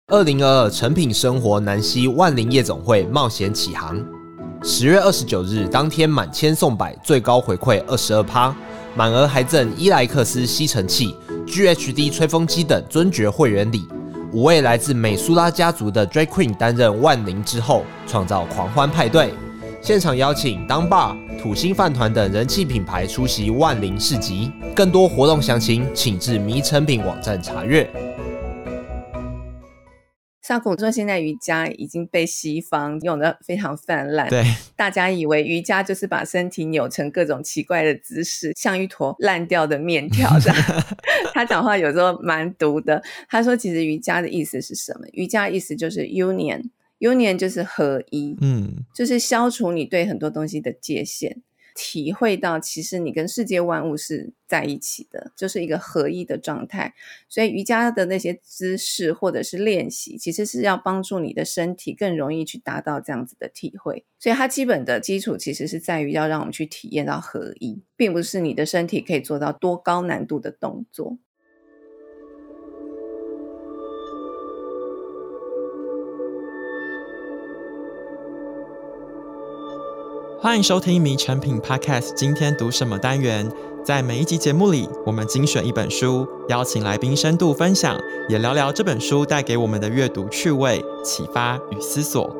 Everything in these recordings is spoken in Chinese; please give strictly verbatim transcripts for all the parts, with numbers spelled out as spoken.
二零二二诚品生活南西万林夜总会冒险启航。十月二十九日当天满千送百，最高回馈 百分之二十二， 满额还赠伊莱克斯吸尘器、G H D 吹风机等尊爵会员礼。五位来自美苏拉家族的 Drag Queen 担任万灵之后，创造狂欢派对。现场邀请当爸、土星饭团等人气品牌出席万灵市集。更多活动详情，请至迷诚品网站查阅。 萨古说现在瑜伽已经被西方用得非常泛滥， 对， 大家以为瑜伽就是把身体扭成各种奇怪的姿势，像一坨烂掉的面条这样他讲话有时候蛮毒的。他说其实瑜伽的意思是什么？瑜伽意思就是 union， union 就是合一，嗯，就是消除你对很多东西的界限，体会到其实你跟世界万物是在一起的，就是一个合一的状态。所以瑜伽的那些姿势或者是练习，其实是要帮助你的身体更容易去达到这样子的体会。所以它基本的基础其实是在于要让我们去体验到合一，并不是你的身体可以做到多高难度的动作。 欢迎收听迷诚品 Podcast 今天读什么单元。在每一集节目里，我们精选一本书，邀请来宾深度分享，也聊聊这本书带给我们的阅读趣味、启发与思索。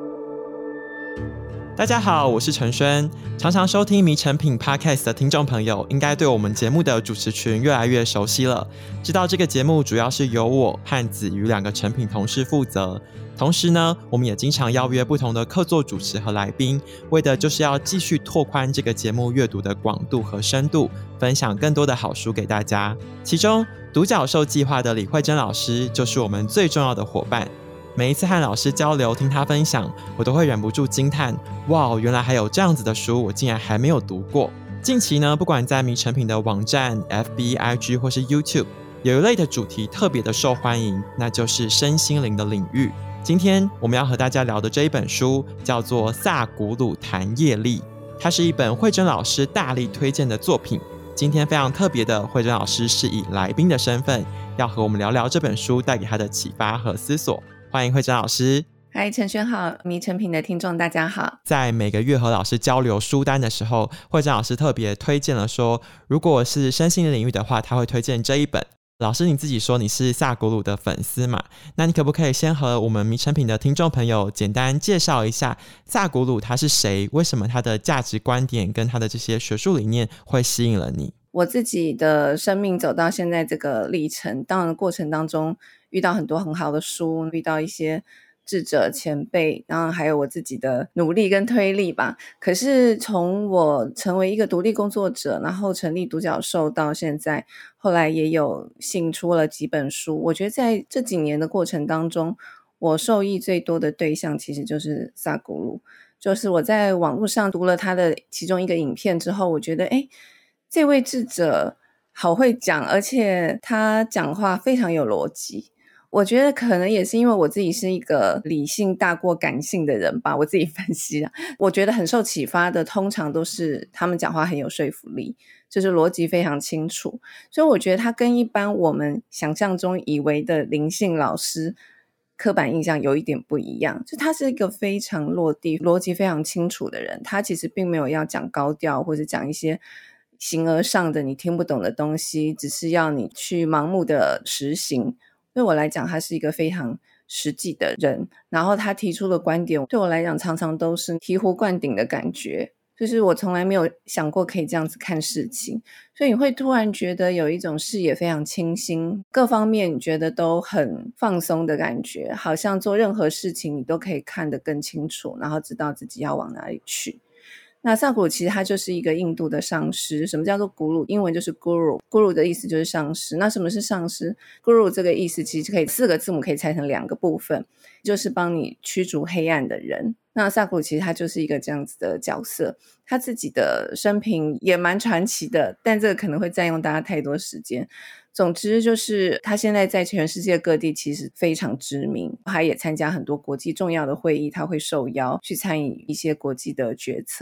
大家好，我是陈轩。常常收听迷诚品 Podcast 的听众朋友，应该对我们节目的主持群越来越熟悉了，知道这个节目主要是由我和子瑜两个诚品同事负责。同时呢，我们也经常邀约不同的客座主持和来宾，为的就是要继续拓宽这个节目阅读的广度和深度，分享更多的好书给大家。其中独角兽计划的李慧珍老师就是我们最重要的伙伴。每一次和老师交流，听他分享，我都会忍不住惊叹，哇，原来还有这样子的书，我竟然还没有读过。近期呢，不管在迷诚品的网站、F B、I G 或是 YouTube， 有一类的主题特别的受欢迎，那就是身心灵的领域。今天我们要和大家聊的这一本书叫做《萨古鲁谈业力》，它是一本慧珍老师大力推荐的作品。今天非常特别的，慧珍老师是以来宾的身份，要和我们聊聊这本书带给他的启发和思索。欢迎慧珍老师。 嗨，陈轩好，迷诚品的听众大家好。 在每个月和老师交流书单的时候，慧珍老师特别推荐了说，如果是身心领域的话，他会推荐这一本。老师你自己说你是萨古鲁的粉丝嘛，那你可不可以先和我们迷诚品的听众朋友简单介绍一下萨古鲁他是谁，为什么他的价值观点跟他的这些学术理念会吸引了你？ 我自己的生命走到现在这个历程，当然过程当中遇到很多很好的书，遇到一些智者前辈，当然还有我自己的努力跟推力吧。可是从我成为一个独立工作者，然后成立独角兽到现在，后来也有幸出了几本书，我觉得在这几年的过程当中，我受益最多的对象其实就是萨古鲁。就是我在网络上读了他的其中一个影片之后，我觉得诶，这位智者好会讲，而且他讲话非常有逻辑。我觉得可能也是因为我自己是一个理性大过感性的人吧，我自己分析啊，我觉得很受启发的通常都是他们讲话很有说服力，就是逻辑非常清楚。所以我觉得他跟一般我们想象中以为的灵性老师刻板印象有一点不一样，就他是一个非常落地逻辑非常清楚的人，他其实并没有要讲高调或者讲一些形而上的你听不懂的东西，只是要你去盲目的实行。对我来讲他是一个非常实际的人，然后他提出的观点对我来讲常常都是醍醐灌顶的感觉，就是我从来没有想过可以这样子看事情，所以你会突然觉得有一种视野非常清新，各方面你觉得都很放松的感觉，好像做任何事情你都可以看得更清楚，然后知道自己要往哪里去。那萨古鲁其实他就是一个印度的上师。什么叫做古鲁？英文就是 guru， guru 的意思就是上师。那什么是上师？ guru 这个意思其实可以四个字母可以拆成两个部分，就是帮你驱逐黑暗的人。那萨古鲁其实他就是一个这样子的角色，他自己的生平也蛮传奇的，但这个可能会占用大家太多时间。总之就是他现在在全世界各地其实非常知名，他也参加很多国际重要的会议，他会受邀去参与一些国际的决策。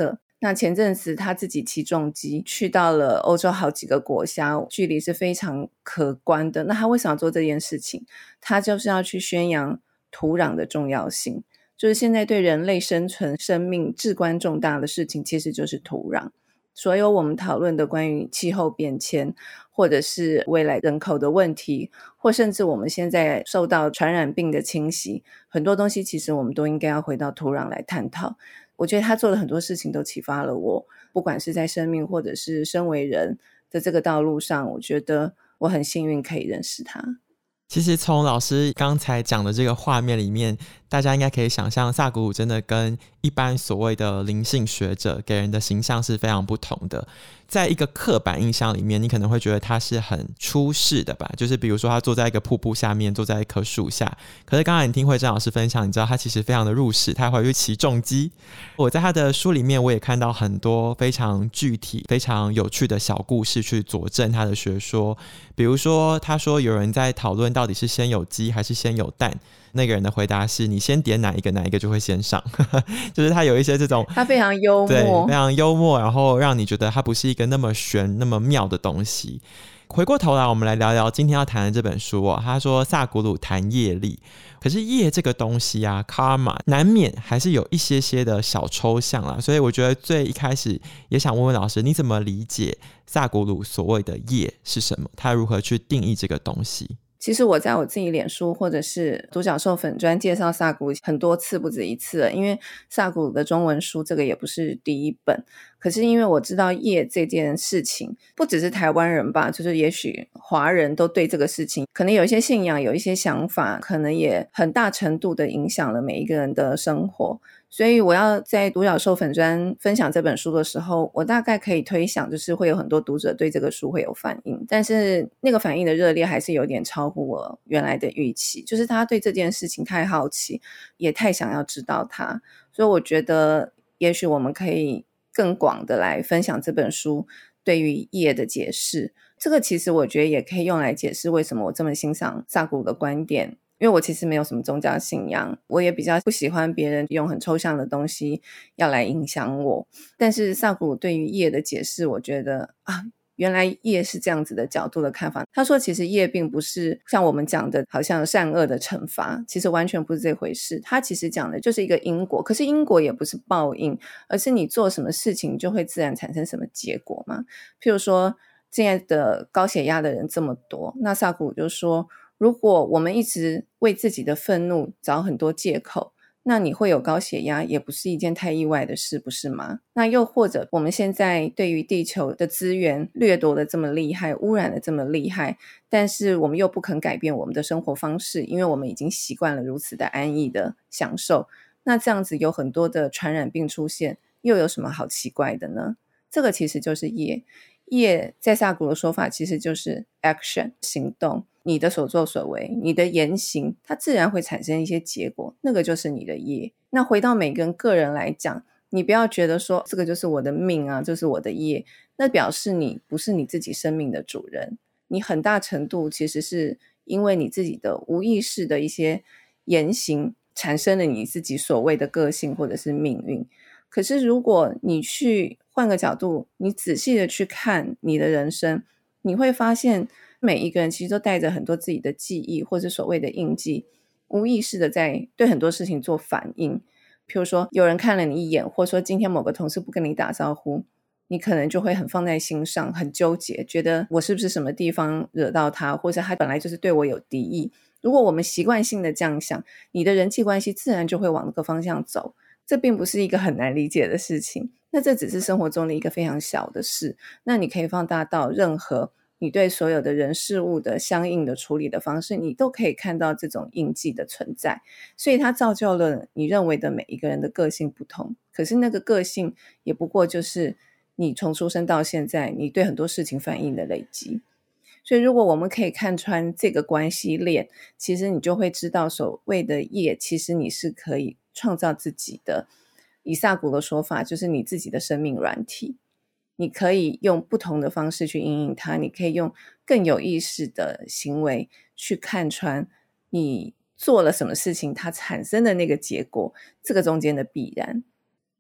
那前阵子他自己骑重机去到了欧洲好几个国家，距离是非常可观的。那他为什么要做这件事情？他就是要去宣扬土壤的重要性，就是现在对人类生存生命至关重大的事情其实就是土壤。所有我们讨论的关于气候变迁，或者是未来人口的问题，或甚至我们现在受到传染病的侵袭，很多东西其实我们都应该要回到土壤来探讨。我觉得他做的很多事情都启发了我，不管是在生命或者是身为人的这个道路上，我觉得我很幸运可以认识他。 其实从老师刚才讲的这个画面里面，大家应该可以想象萨古鲁真的跟一般所谓的灵性学者给人的形象是非常不同的。在一个刻板印象里面，你可能会觉得他是很出世的吧，就是比如说他坐在一个瀑布下面，坐在一棵树下。可是刚才你听慧珍老师分享，你知道他其实非常的入世，他会去骑重机。我在他的书里面我也看到很多非常具体非常有趣的小故事去佐证他的学说。比如说他说有人在讨论到底是先有鸡还是先有蛋，那个人的回答是你先点哪一个哪一个就会先上就是他有一些这种他非常幽默， 对，非常幽默，然后让你觉得他不是一个那么玄那么妙的东西。回过头来我们来聊聊今天要谈的这本书哦。他说萨古鲁谈业力，可是业这个东西啊 karma 难免还是有一些些的小抽象啦，所以我觉得最一开始也想问问老师，你怎么理解萨古鲁所谓的业是什么，他如何去定义这个东西？ 其实我在我自己脸书或者是独角兽粉专介绍萨古鲁很多次不止一次了，因为萨古鲁的中文书这个也不是第一本，可是因为我知道业这件事情不只是台湾人吧，就是也许华人都对这个事情可能有一些信仰有一些想法，可能也很大程度的影响了每一个人的生活。所以我要在独角兽粉专分享这本书的时候，我大概可以推想就是会有很多读者对这个书会有反应，但是那个反应的热烈还是有点超乎我原来的预期，就是他对这件事情太好奇，也太想要知道它。所以我觉得也许我们可以更广的来分享这本书对于业的解释。这个其实我觉得也可以用来解释为什么我这么欣赏萨古鲁的观点，因为我其实没有什么宗教信仰，我也比较不喜欢别人用很抽象的东西要来影响我。但是萨古鲁对于业的解释，我觉得啊，原来业是这样子的角度的看法。他说其实业并不是像我们讲的好像善恶的惩罚，其实完全不是这回事。他其实讲的就是一个因果，可是因果也不是报应，而是你做什么事情就会自然产生什么结果嘛。譬如说现在的高血压的人这么多，那萨古鲁就说如果我们一直为自己的愤怒找很多借口，那你会有高血压也不是一件太意外的事，不是吗？那又或者我们现在对于地球的资源掠夺的这么厉害，污染的这么厉害，但是我们又不肯改变我们的生活方式，因为我们已经习惯了如此的安逸的享受，那这样子有很多的传染病出现，又有什么好奇怪的呢？这个其实就是业。业在萨古鲁的说法其实就是 action 行动，你的所作所为，你的言行，它自然会产生一些结果，那个就是你的业。那回到每个人个人来讲，你不要觉得说这个就是我的命啊，这是我的业，那表示你不是你自己生命的主人，你很大程度其实是因为你自己的无意识的一些言行产生了你自己所谓的个性或者是命运。可是如果你去换个角度，你仔细的去看你的人生，你会发现每一个人其实都带着很多自己的记忆或是所谓的印记，无意识的在对很多事情做反应。譬如说有人看了你一眼，或者说今天某个同事不跟你打招呼，你可能就会很放在心上，很纠结，觉得我是不是什么地方惹到他，或者他本来就是对我有敌意。如果我们习惯性的这样想，你的人际关系自然就会往那个方向走，这并不是一个很难理解的事情，那这只是生活中的一个非常小的事，那你可以放大到任何你对所有的人事物的相应的处理的方式，你都可以看到这种印记的存在。所以它造就了你认为的每一个人的个性不同，可是那个个性也不过就是你从出生到现在你对很多事情反应的累积。所以如果我们可以看穿这个关系链，其实你就会知道所谓的业，其实你是可以创造自己的，以萨古的说法就是你自己的生命软体，你可以用不同的方式去因应它，你可以用更有意识的行为去看穿你做了什么事情它产生的那个结果，这个中间的必然。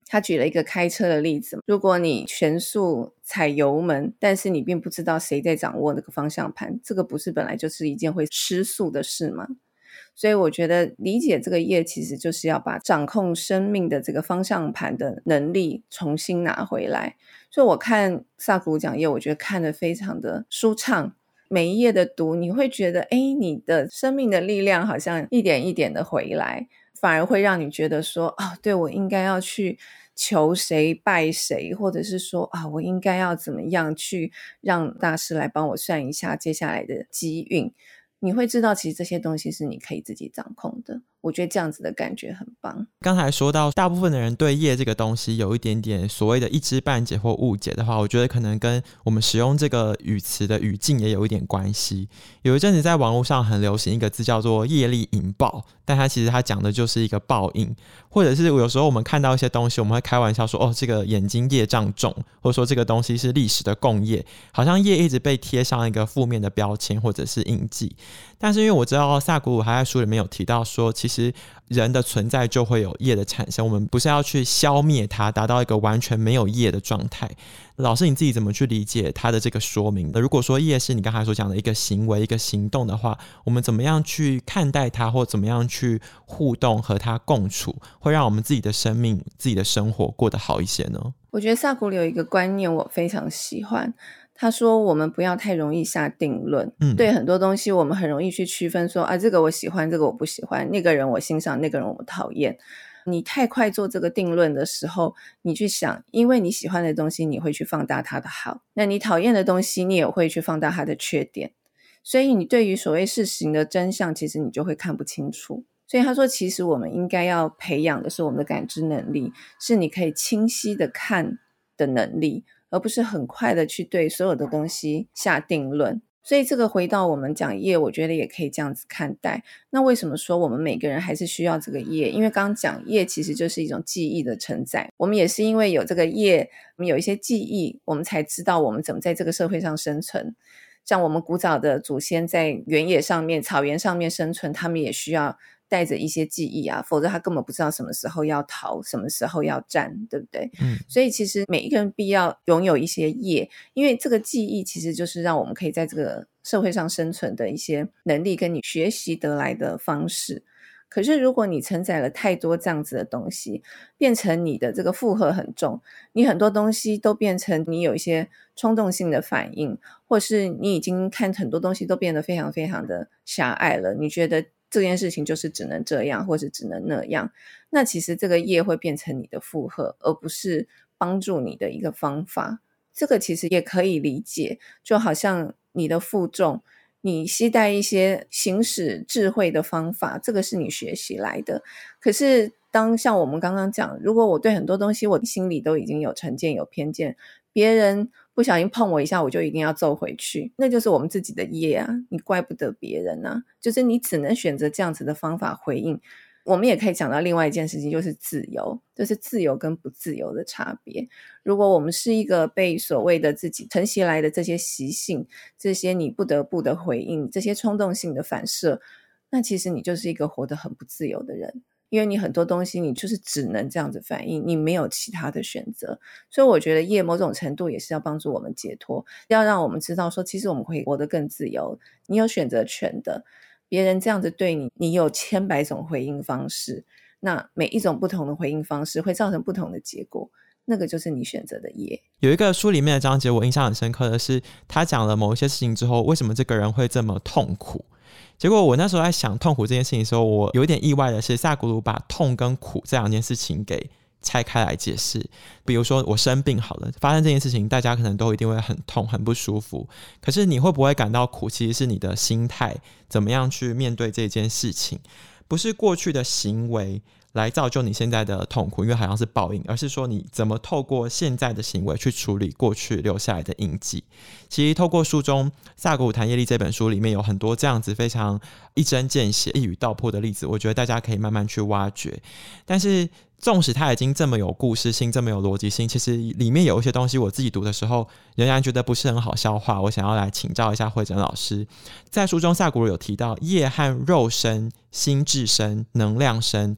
他举了一个开车的例子，如果你全速踩油门，但是你并不知道谁在掌握那个方向盘，这个不是本来就是一件会失速的事吗？所以我觉得理解这个业其实就是要把掌控生命的这个方向盘的能力重新拿回来。所以我看萨古鲁讲业，我觉得看得非常的舒畅，每一页的读你会觉得诶，你的生命的力量好像一点一点的回来，反而会让你觉得说哦，对，我应该要去求谁拜谁，或者是说啊，我应该要怎么样去让大师来帮我算一下接下来的机运。你会知道其实这些东西是你可以自己掌控的，我觉得这样子的感觉很棒。 刚才说到大部分的人对业这个东西有一点点所谓的一知半解或误解的话，我觉得可能跟我们使用这个语词的语境也有一点关系。有一阵子在网络上很流行一个字叫做业力引爆，但它其实它讲的就是一个报应，或者是有时候我们看到一些东西，我们会开玩笑说哦，这个眼睛业障重，或者说这个东西是历史的共业，好像业一直被贴上一个负面的标签或者是印记。但是因为我知道萨古鲁他在书里面有提到说，其实人的存在就会有业的产生，我们不是要去消灭它，达到一个完全没有业的状态。老师你自己怎么去理解他的这个说明？如果说业是你刚才所讲的一个行为一个行动的话，我们怎么样去看待它，或怎么样去互动和它共处，会让我们自己的生命自己的生活过得好一些呢？ 我觉得萨古鲁有一个观念我非常喜欢，他说我们不要太容易下定论、嗯、对很多东西我们很容易去区分说啊，这个我喜欢，这个我不喜欢，那个人我欣赏，那个人我讨厌。你太快做这个定论的时候，你去想，因为你喜欢的东西你会去放大它的好，那你讨厌的东西你也会去放大它的缺点，所以你对于所谓事情的真相其实你就会看不清楚。所以他说其实我们应该要培养的是我们的感知能力，是你可以清晰的看的能力，而不是很快的去对所有的东西下定论。所以这个回到我们讲业，我觉得也可以这样子看待。那为什么说我们每个人还是需要这个业？因为刚刚讲业其实就是一种记忆的承载，我们也是因为有这个业，我们有一些记忆，我们才知道我们怎么在这个社会上生存。像我们古早的祖先在原野上面草原上面生存，他们也需要带着一些记忆啊，否则他根本不知道什么时候要逃，什么时候要战，对不对？嗯，所以其实每一个人必要拥有一些业，因为这个记忆其实就是让我们可以在这个社会上生存的一些能力跟你学习得来的方式。可是如果你承载了太多这样子的东西，变成你的这个负荷很重，你很多东西都变成你有一些冲动性的反应，或是你已经看很多东西都变得非常非常的狭隘了，你觉得这件事情就是只能这样或是只能那样，那其实这个业会变成你的负荷，而不是帮助你的一个方法。这个其实也可以理解，就好像你的负重，你携带一些行使智慧的方法，这个是你学习来的。可是当像我们刚刚讲，如果我对很多东西我心里都已经有成见有偏见，别人不小心碰我一下我就一定要揍回去，那就是我们自己的业啊，你怪不得别人啊，就是你只能选择这样子的方法回应。我们也可以讲到另外一件事情，就是自由，就是自由跟不自由的差别。如果我们是一个被所谓的自己承袭来的这些习性，这些你不得不的回应，这些冲动性的反射，那其实你就是一个活得很不自由的人，因为你很多东西你就是只能这样子反应，你没有其他的选择。所以我觉得业某种程度也是要帮助我们解脱，要让我们知道说其实我们会活得更自由，你有选择权的。别人这样子对你，你有千百种回应方式，那每一种不同的回应方式会造成不同的结果，那个就是你选择的业。 有一个书里面的章节我印象很深刻的是，他讲了某一些事情之后，为什么这个人会这么痛苦。结果我那时候在想痛苦这件事情的时候，我有点意外的是萨古鲁把痛跟苦这两件事情给拆开来解释。比如说我生病好了，发生这件事情大家可能都一定会很痛很不舒服，可是你会不会感到苦，其实是你的心态怎么样去面对这件事情，不是过去的行为来造就你现在的痛苦，因为好像是报应，而是说你怎么透过现在的行为去处理过去留下来的印记。其实透过书中萨古鲁谈业力这本书里面有很多这样子非常一针见血一语道破的例子，我觉得大家可以慢慢去挖掘。但是纵使它已经这么有故事性这么有逻辑性，其实里面有一些东西我自己读的时候仍然觉得不是很好消化，我想要来请教一下慧珍老师。在书中萨古鲁有提到业和肉身、心智身、能量身是有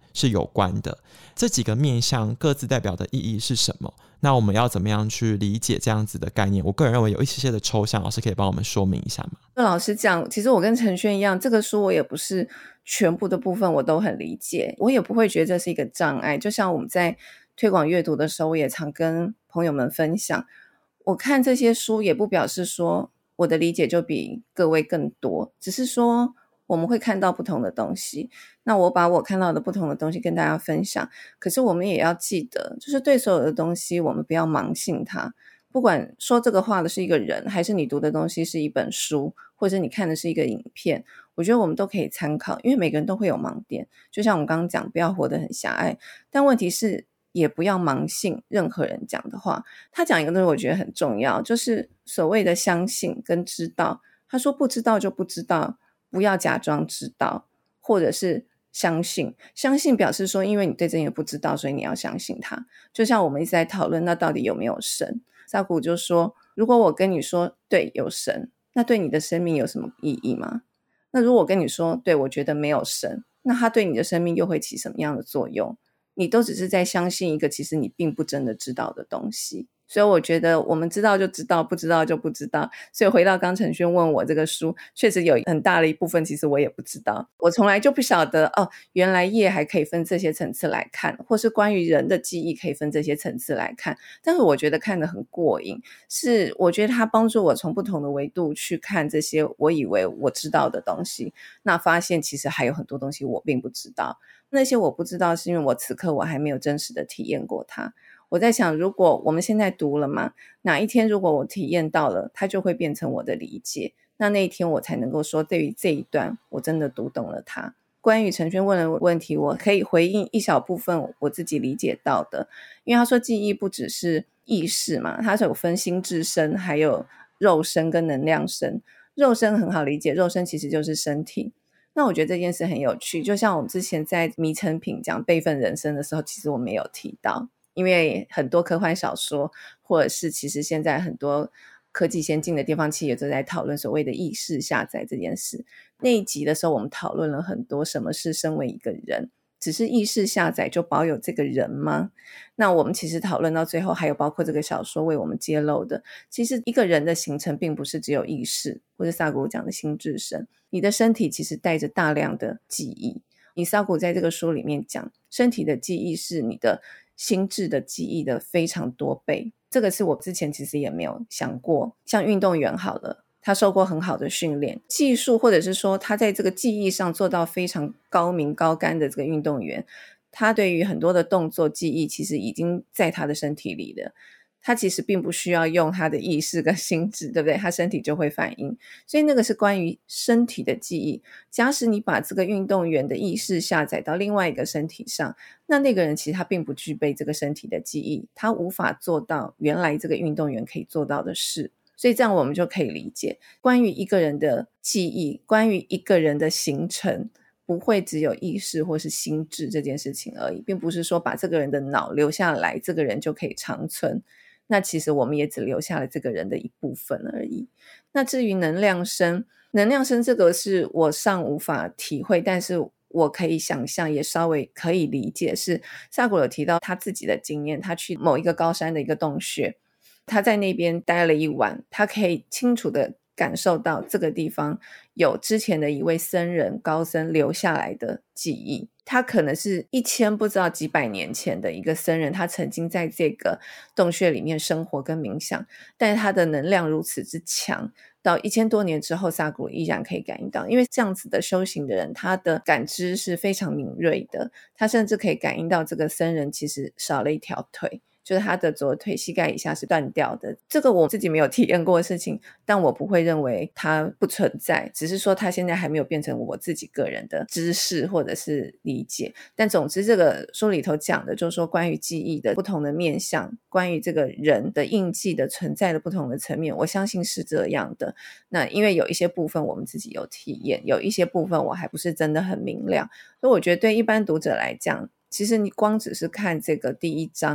有关的。这几个面向各自代表的意义是什么？那我们要怎么样去理解这样子的概念？我个人认为有一些些的抽象，老师可以帮我们说明一下吗？ 老师讲，其实我跟陈轩一样，这个书我也不是全部的部分我都很理解，我也不会觉得这是一个障碍。就像我们在推广阅读的时候，我也常跟朋友们分享，我看这些书也不表示说我的理解就比各位更多，只是说我们会看到不同的东西，那我把我看到的不同的东西跟大家分享。可是我们也要记得，就是对所有的东西我们不要盲信它，不管说这个话的是一个人，还是你读的东西是一本书，或者你看的是一个影片，我觉得我们都可以参考，因为每个人都会有盲点。就像我们刚刚讲，不要活得很狭隘，但问题是也不要盲信任何人讲的话。他讲一个东西我觉得很重要，就是所谓的相信跟知道。他说不知道就不知道，不要假装知道，或者是相信。相信表示说因为你对这件不知道，所以你要相信它。就像我们一直在讨论那到底有没有神，萨古就说，如果我跟你说对有神，那对你的生命有什么意义吗？那如果我跟你说对我觉得没有神，那它对你的生命又会起什么样的作用？你都只是在相信一个其实你并不真的知道的东西。所以我觉得我们知道就知道，不知道就不知道。所以回到刚陈轩问我这个书，确实有很大的一部分其实我也不知道，我从来就不晓得哦，原来业还可以分这些层次来看，或是关于人的记忆可以分这些层次来看。但是我觉得看得很过瘾，是我觉得它帮助我从不同的维度去看这些我以为我知道的东西，那发现其实还有很多东西我并不知道。那些我不知道是因为我此刻我还没有真实的体验过它。我在想，如果我们现在读了嘛，哪一天如果我体验到了，它就会变成我的理解，那那一天我才能够说对于这一段我真的读懂了它。关于陈轩问的问题，我可以回应一小部分我自己理解到的。因为他说记忆不只是意识嘛，它是有分心智身还有肉身跟能量身。肉身很好理解，肉身其实就是身体。那我觉得这件事很有趣，就像我们之前在迷成品讲备份人生的时候，其实我没有提到，因为很多科幻小说或者是其实现在很多科技先进的地方企业都在讨论所谓的意识下载这件事。那一集的时候我们讨论了很多什么是身为一个人，只是意识下载就保有这个人吗？那我们其实讨论到最后还有包括这个小说为我们揭露的，其实一个人的形成并不是只有意识，或者萨古讲的心智身，你的身体其实带着大量的记忆。以萨古在这个书里面讲，身体的记忆是你的心智的记忆的非常多倍，这个是我之前其实也没有想过。像运动员好了，他受过很好的训练，技术或者是说他在这个记忆上做到非常高明高干的这个运动员，他对于很多的动作记忆其实已经在他的身体里了，他其实并不需要用他的意识跟心智，对不对？他身体就会反应。所以那个是关于身体的记忆。假使你把这个运动员的意识下载到另外一个身体上，那那个人其实他并不具备这个身体的记忆，他无法做到原来这个运动员可以做到的事。所以这样我们就可以理解，关于一个人的记忆，关于一个人的形成，不会只有意识或是心智这件事情而已，并不是说把这个人的脑留下来，这个人就可以长存。那其实我们也只留下了这个人的一部分而已。那至于能量身，能量身这个是我尚无法体会，但是我可以想象，也稍微可以理解，是萨古有提到他自己的经验，他去某一个高山的一个洞穴，他在那边待了一晚，他可以清楚的感受到这个地方有之前的一位僧人高僧留下来的记忆，他可能是一千不知道几百年前的一个僧人，他曾经在这个洞穴里面生活跟冥想，但是他的能量如此之强，到一千多年之后萨古依然可以感应到。因为这样子的修行的人，他的感知是非常敏锐的，他甚至可以感应到这个僧人其实少了一条腿，就是他的左腿膝盖以下是断掉的。这个我自己没有体验过的事情，但我不会认为它不存在，只是说它现在还没有变成我自己个人的知识或者是理解。但总之这个书里头讲的就是说关于记忆的不同的面向，关于这个人的印记的存在的不同的层面，我相信是这样的。那因为有一些部分我们自己有体验，有一些部分我还不是真的很明亮，所以我觉得对一般读者来讲，其实你光只是看这个第一章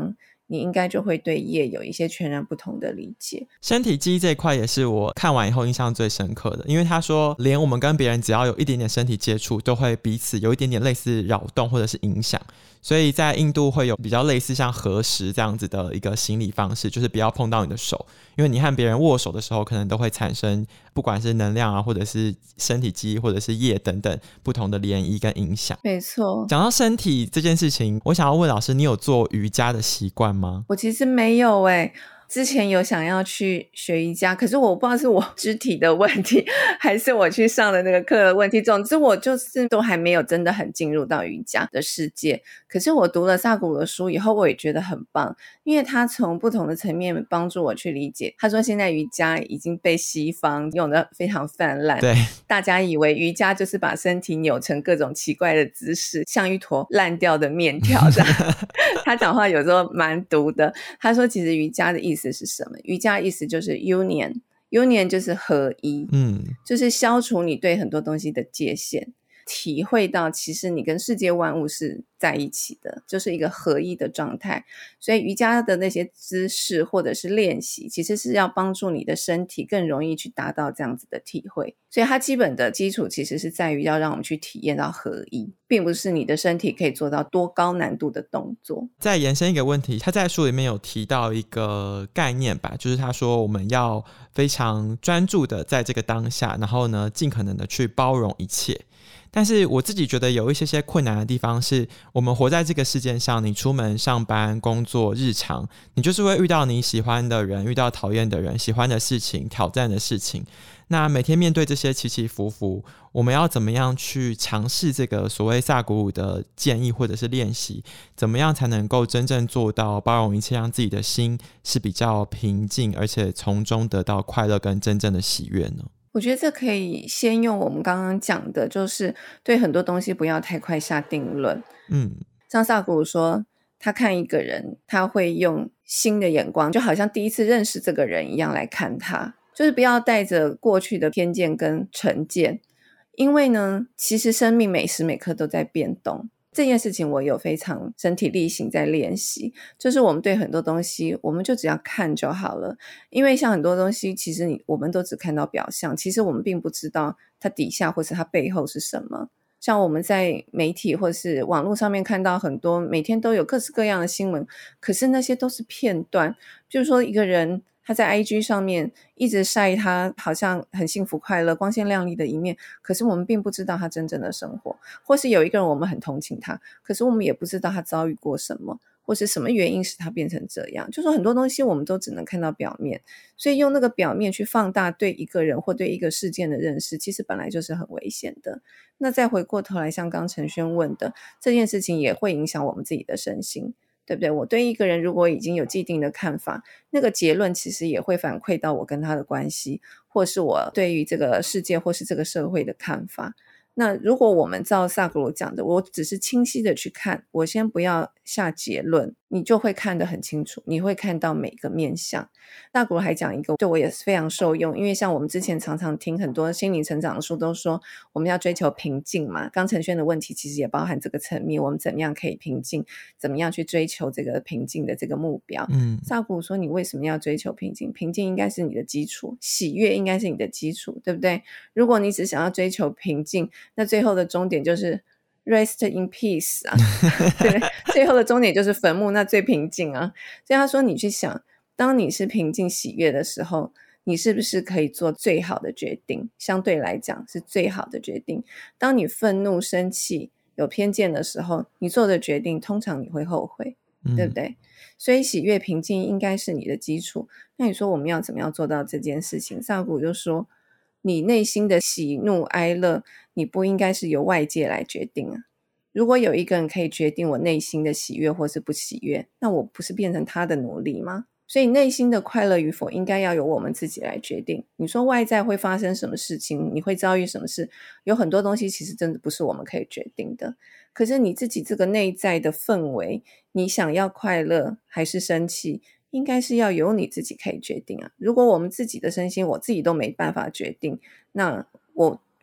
你应该就会对业有一些全然不同的理解。 身体记忆这一块也是我看完以后印象最深刻的，因为他说连我们跟别人只要有一点点身体接触都会彼此有一点点类似扰动或者是影响，所以在印度会有比较类似像合十这样子的一个行礼方式，就是不要碰到你的手，因为你和别人握手的时候可能都会产生不管是能量啊或者是身体记忆或者是业等等不同的涟漪跟影响。 没错， 讲到身体这件事情，我想要问老师，你有做瑜伽的习惯吗？ 我其实没有耶、欸之前有想要去学瑜伽，可是我不知道是我肢体的问题还是我去上的那个课的问题，总之我就是都还没有真的很进入到瑜伽的世界。可是我读了萨古鲁的书以后，我也觉得很棒，因为他从不同的层面帮助我去理解。他说现在瑜伽已经被西方用得非常泛滥， 对， 大家以为瑜伽就是把身体扭成各种奇怪的姿势，像一坨烂掉的面条这样他讲话有时候蛮毒的。他说其实瑜伽的意思是什么？瑜伽的意思就是 union， union 就是合一，嗯，就是消除你对很多东西的界限，体会到其实你跟世界万物是在一起的，就是一个合一的状态。所以瑜伽的那些姿势或者是练习其实是要帮助你的身体更容易去达到这样子的体会。所以它基本的基础其实是在于要让我们去体验到合一，并不是你的身体可以做到多高难度的动作。 再延伸一个问题，他在书里面有提到一个概念吧，就是他说我们要非常专注的在这个当下，然后呢尽可能的去包容一切。但是我自己觉得有一些些困难的地方是，我们活在这个世界上，你出门上班工作日常，你就是会遇到你喜欢的人，遇到讨厌的人，喜欢的事情，挑战的事情。那每天面对这些起起伏伏，我们要怎么样去尝试这个所谓萨古鲁的建议或者是练习，怎么样才能够真正做到包容一切，让自己的心是比较平静，而且从中得到快乐跟真正的喜悦呢？ 我觉得这可以先用我们刚刚讲的，就是对很多东西不要太快下定论。嗯，像萨古鲁说他看一个人，他会用新的眼光，就好像第一次认识这个人一样来看他，就是不要带着过去的偏见跟成见。因为呢，其实生命每时每刻都在变动，这件事情我有非常身体力行在练习，就是我们对很多东西我们就只要看就好了。因为像很多东西其实你我们都只看到表象，其实我们并不知道它底下或是它背后是什么。像我们在媒体或是网络上面看到很多每天都有各式各样的新闻，可是那些都是片段，就是说一个人他在 I G 上面一直晒他好像很幸福快乐光鲜亮丽的一面，可是我们并不知道他真正的生活。或是有一个人我们很同情他，可是我们也不知道他遭遇过什么，或是什么原因使他变成这样。就说很多东西我们都只能看到表面，所以用那个表面去放大对一个人或对一个事件的认识，其实本来就是很危险的。那再回过头来像刚陈轩问的，这件事情也会影响我们自己的身心，对不对？我对一个人如果已经有既定的看法，那个结论其实也会反馈到我跟他的关系，或是我对于这个世界或是这个社会的看法。那如果我们照萨古鲁讲的，我只是清晰的去看，我先不要下结论，你就会看得很清楚，你会看到每个面向。萨古鲁还讲一个对我也是非常受用，因为像我们之前常常听很多心灵成长的书都说我们要追求平静嘛，刚陈轩的问题其实也包含这个层面，我们怎么样可以平静，怎么样去追求这个平静的这个目标。嗯，萨古鲁说你为什么要追求平静？平静应该是你的基础，喜悦应该是你的基础，对不对？如果你只想要追求平静，那最后的终点就是 rest in peace 啊对不对？最后的终点就是坟墓，那最平静啊。所以他说你去想，当你是平静喜悦的时候，你是不是可以做最好的决定？相对来讲是最好的决定。当你愤怒生气有偏见的时候，你做的决定通常你会后悔，对不对？所以喜悦平静应该是你的基础。那你说我们要怎么样做到这件事情？萨古就说你内心的喜怒哀乐你不应该是由外界来决定啊。如果有一个人可以决定我内心的喜悦或是不喜悦，那我不是变成他的奴隶吗？所以内心的快乐与否应该要由我们自己来决定。你说外在会发生什么事情，你会遭遇什么事，有很多东西其实真的不是我们可以决定的。可是你自己这个内在的氛围，你想要快乐还是生气，应该是要由你自己可以决定啊。如果我们自己的身心我自己都没办法决定，那我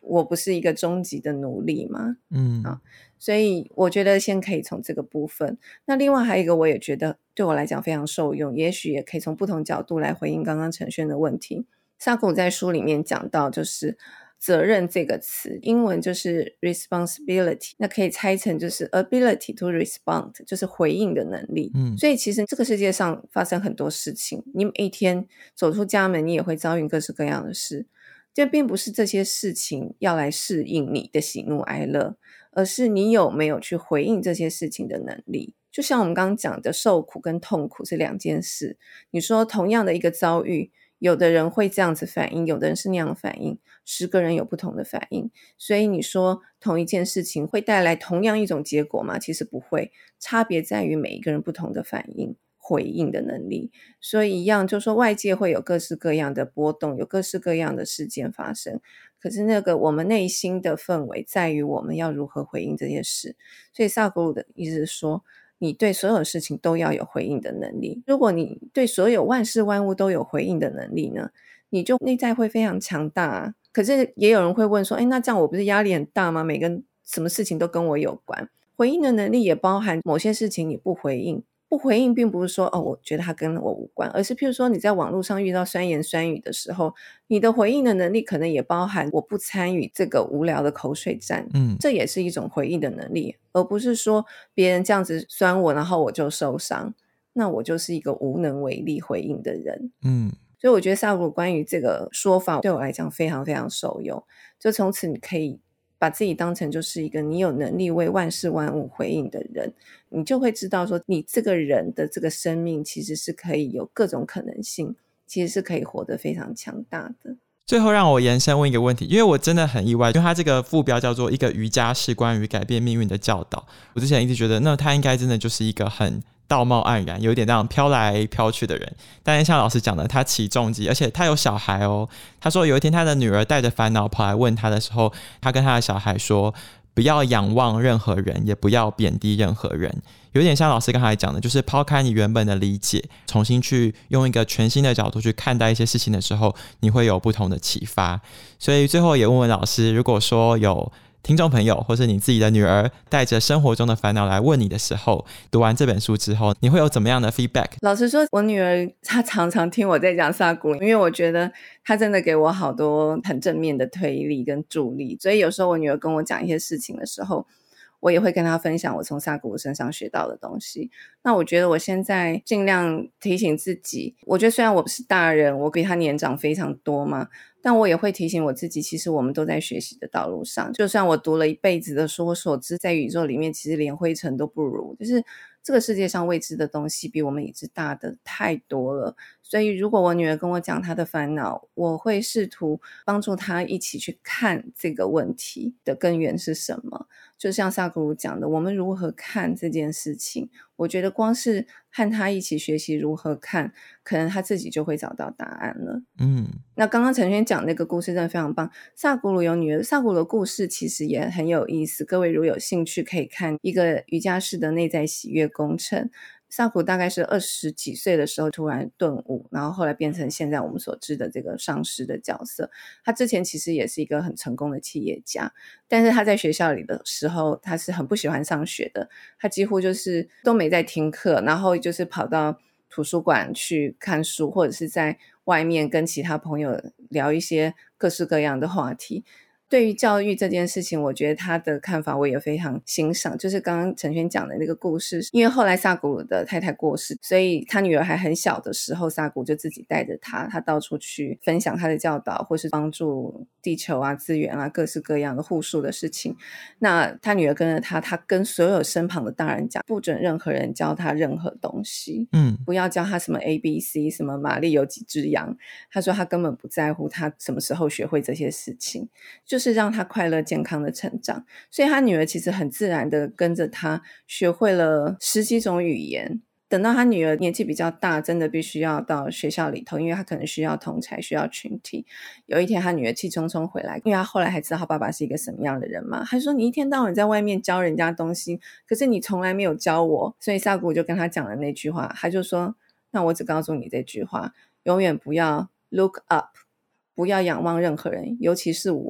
我不是一个终极的奴隶嘛。 嗯， 啊，所以我觉得先可以从这个部分。那另外还有一个我也觉得对我来讲非常受用，也许也可以从不同角度来回应刚刚陈轩的问题。萨古在书里面讲到就是责任这个词，英文就是 responsibility， 那可以猜成就是 ability to respond， 就是回应的能力。嗯，所以其实这个世界上发生很多事情，你每一天走出家门你也会遭遇各式各样的事，这并不是这些事情要来适应你的喜怒哀乐，而是你有没有去回应这些事情的能力。就像我们刚刚讲的受苦跟痛苦是两件事，你说同样的一个遭遇，有的人会这样子反应，有的人是那样反应，十个人有不同的反应，所以你说同一件事情会带来同样一种结果吗？其实不会，差别在于每一个人不同的反应回应的能力。所以一样就是说外界会有各式各样的波动，有各式各样的事件发生，可是那个我们内心的氛围在于我们要如何回应这些事。所以萨古鲁的意思是说，你对所有事情都要有回应的能力。如果你对所有万事万物都有回应的能力呢，你就内在会非常强大啊。可是也有人会问说，诶，那这样我不是压力很大吗？每个什么事情都跟我有关。回应的能力也包含某些事情你不回应，不回应并不是说哦，我觉得它跟我无关，而是譬如说你在网络上遇到酸言酸语的时候，你的回应的能力可能也包含我不参与这个无聊的口水战，嗯，这也是一种回应的能力，而不是说别人这样子酸我然后我就受伤，那我就是一个无能为力回应的人。嗯，所以我觉得萨古鲁关于这个说法对我来讲非常非常受用，就从此你可以把自己当成就是一个你有能力为万事万物回应的人，你就会知道说你这个人的这个生命其实是可以有各种可能性，其实是可以活得非常强大的。 最后让我延伸问一个问题，因为我真的很意外，因为他这个副标叫做一个瑜伽士关于改变命运的教导，我之前一直觉得那他应该真的就是一个很道貌岸然有点那样飘来飘去的人，但是像老师讲的他起重机，而且他有小孩哦。他说有一天他的女儿带着烦恼跑来问他的时候，他跟他的小孩说不要仰望任何人，也不要贬低任何人，有点像老师刚才讲的，就是抛开你原本的理解，重新去用一个全新的角度去看待一些事情的时候，你会有不同的启发。所以最后也问问老师，如果说有听众朋友或是你自己的女儿带着生活中的烦恼来问你的时候，读完这本书之后你会有怎么样的 feedback？ 老实说我女儿她常常听我在讲萨古鲁，因为我觉得她真的给我好多很正面的推力跟助力，所以有时候我女儿跟我讲一些事情的时候，我也会跟她分享我从萨古鲁身上学到的东西。那我觉得我现在尽量提醒自己，我觉得虽然我不是大人，我比她年长非常多嘛，但我也会提醒我自己，其实我们都在学习的道路上。就算我读了一辈子的书，我所知在宇宙里面其实连灰尘都不如，就是这个世界上未知的东西比我们已知大的太多了。所以如果我女儿跟我讲她的烦恼，我会试图帮助她一起去看这个问题的根源是什么。就像萨古鲁讲的，我们如何看这件事情，我觉得光是和她一起学习如何看，可能她自己就会找到答案了。嗯，那刚刚陈轩讲那个故事真的非常棒，萨古鲁有女儿，萨古鲁的故事其实也很有意思，各位如果有兴趣可以看一个瑜伽士的内在喜悦工程。萨古鲁大概是二十几岁的时候突然顿悟，然后后来变成现在我们所知的这个上师的角色。他之前其实也是一个很成功的企业家，但是他在学校里的时候他是很不喜欢上学的，他几乎就是都没在听课，然后就是跑到图书馆去看书，或者是在外面跟其他朋友聊一些各式各样的话题。对于教育这件事情，我觉得他的看法我也非常欣赏，就是刚刚陈轩讲的那个故事，因为后来萨古鲁的太太过世，所以他女儿还很小的时候，萨古就自己带着他他到处去分享他的教导，或是帮助地球啊资源啊各式各样的护树的事情。那他女儿跟着他，他跟所有身旁的大人讲，不准任何人教他任何东西，嗯，不要教他什么 A B C 什么玛丽有几只羊，他说他根本不在乎他什么时候学会这些事情，就就是让他快乐健康的成长。所以他女儿其实很自然的跟着他学会了十几种语言。等到他女儿年纪比较大，真的必须要到学校里头，因为他可能需要同侪需要群体。有一天他女儿气冲冲回来，因为他后来还知道他爸爸是一个什么样的人嘛，他说你一天到晚在外面教人家东西，可是你从来没有教我。所以萨古鲁就跟他讲了那句话，他就说那我只告诉你这句话，永远不要 look up， 不要仰望任何人，尤其是我，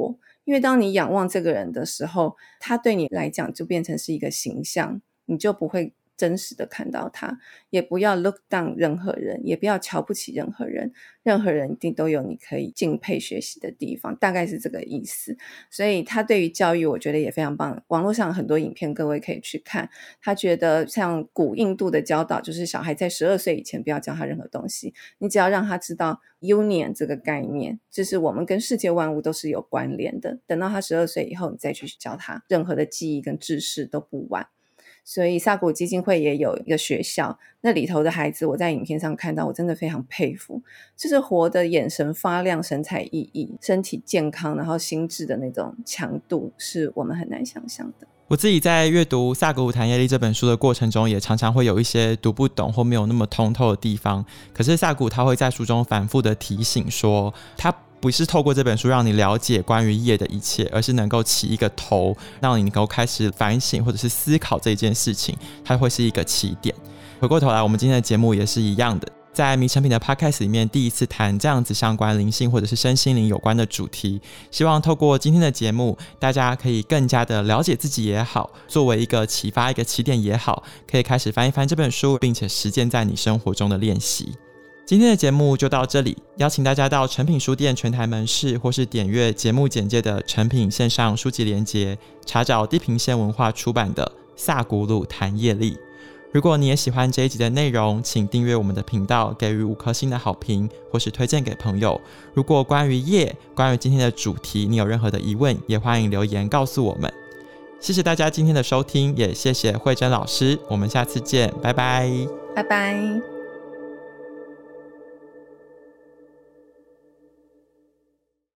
因为当你仰望这个人的时候，他对你来讲就变成是一个形象，你就不会真实的看到他，也不要 look down 任何人，也不要瞧不起任何人，任何人一定都有你可以敬佩学习的地方，大概是这个意思。所以他对于教育我觉得也非常棒，网络上很多影片各位可以去看。他觉得像古印度的教导，就是小孩在十二岁以前不要教他任何东西，你只要让他知道 union 这个概念，就是我们跟世界万物都是有关联的，等到他十二岁以后你再去教他任何的记忆跟知识都不晚。所以萨古基金会也有一个学校，那里头的孩子我在影片上看到，我真的非常佩服，就是活的眼神发亮，神采奕奕，身体健康，然后心智的那种强度是我们很难想象的。 我自己在阅读《萨古鲁谈业力》这本书的过程中，也常常会有一些读不懂或没有那么通透的地方，可是萨古他会在书中反复的提醒说，他不是透过这本书让你了解关于业的一切，而是能够起一个头，让你能够开始反省或者是思考这一件事情，它会是一个起点。回过头来，我们今天的节目也是一样的，在迷成品的 podcast 里面第一次谈这样子相关灵性或者是身心灵有关的主题，希望透过今天的节目，大家可以更加的了解自己也好，作为一个启发一个起点也好，可以开始翻一翻这本书，并且实践在你生活中的练习。今天的节目就到这里，邀请大家到诚品书店全台门市，或是点阅节目简介的诚品线上书籍连结，查找地平线文化出版的《萨古鲁谈业力》。如果你也喜欢这一集的内容，请订阅我们的频道，给予五颗星的好评，或是推荐给朋友。如果关于业，关于今天的主题，你有任何的疑问，也欢迎留言告诉我们。谢谢大家今天的收听，也谢谢慧珍老师，我们下次见，拜拜， 拜拜。